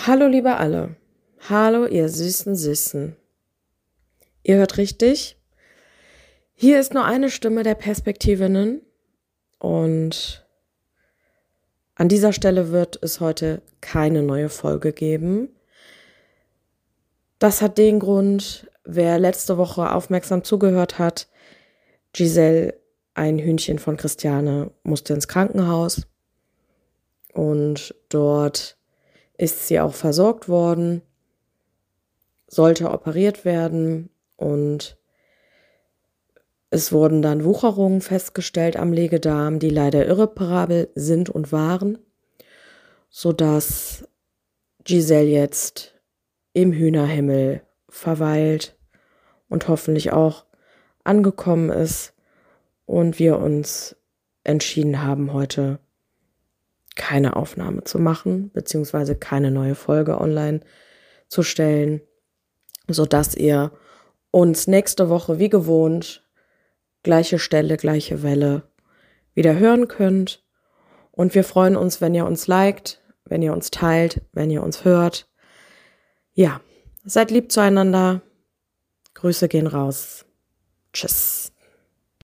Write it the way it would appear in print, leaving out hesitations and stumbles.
Hallo liebe alle, hallo ihr süßen Süßen. Ihr hört richtig, hier ist nur eine Stimme der Perspektivinnen und an dieser Stelle wird es heute keine neue Folge geben. Das hat den Grund, wer letzte Woche aufmerksam zugehört hat, Giselle, ein Hühnchen von Christiane, musste ins Krankenhaus und dort ist sie auch versorgt worden, sollte operiert werden und es wurden dann Wucherungen festgestellt am Legedarm, die leider irreparabel sind und waren, sodass Giselle jetzt im Hühnerhimmel verweilt und hoffentlich auch angekommen ist und wir uns entschieden haben, heute keine Aufnahme zu machen, beziehungsweise keine neue Folge online zu stellen, sodass ihr uns nächste Woche wie gewohnt, gleiche Stelle, gleiche Welle, wieder hören könnt. Und wir freuen uns, wenn ihr uns liked, wenn ihr uns teilt, wenn ihr uns hört. Ja, seid lieb zueinander. Grüße gehen raus. Tschüss.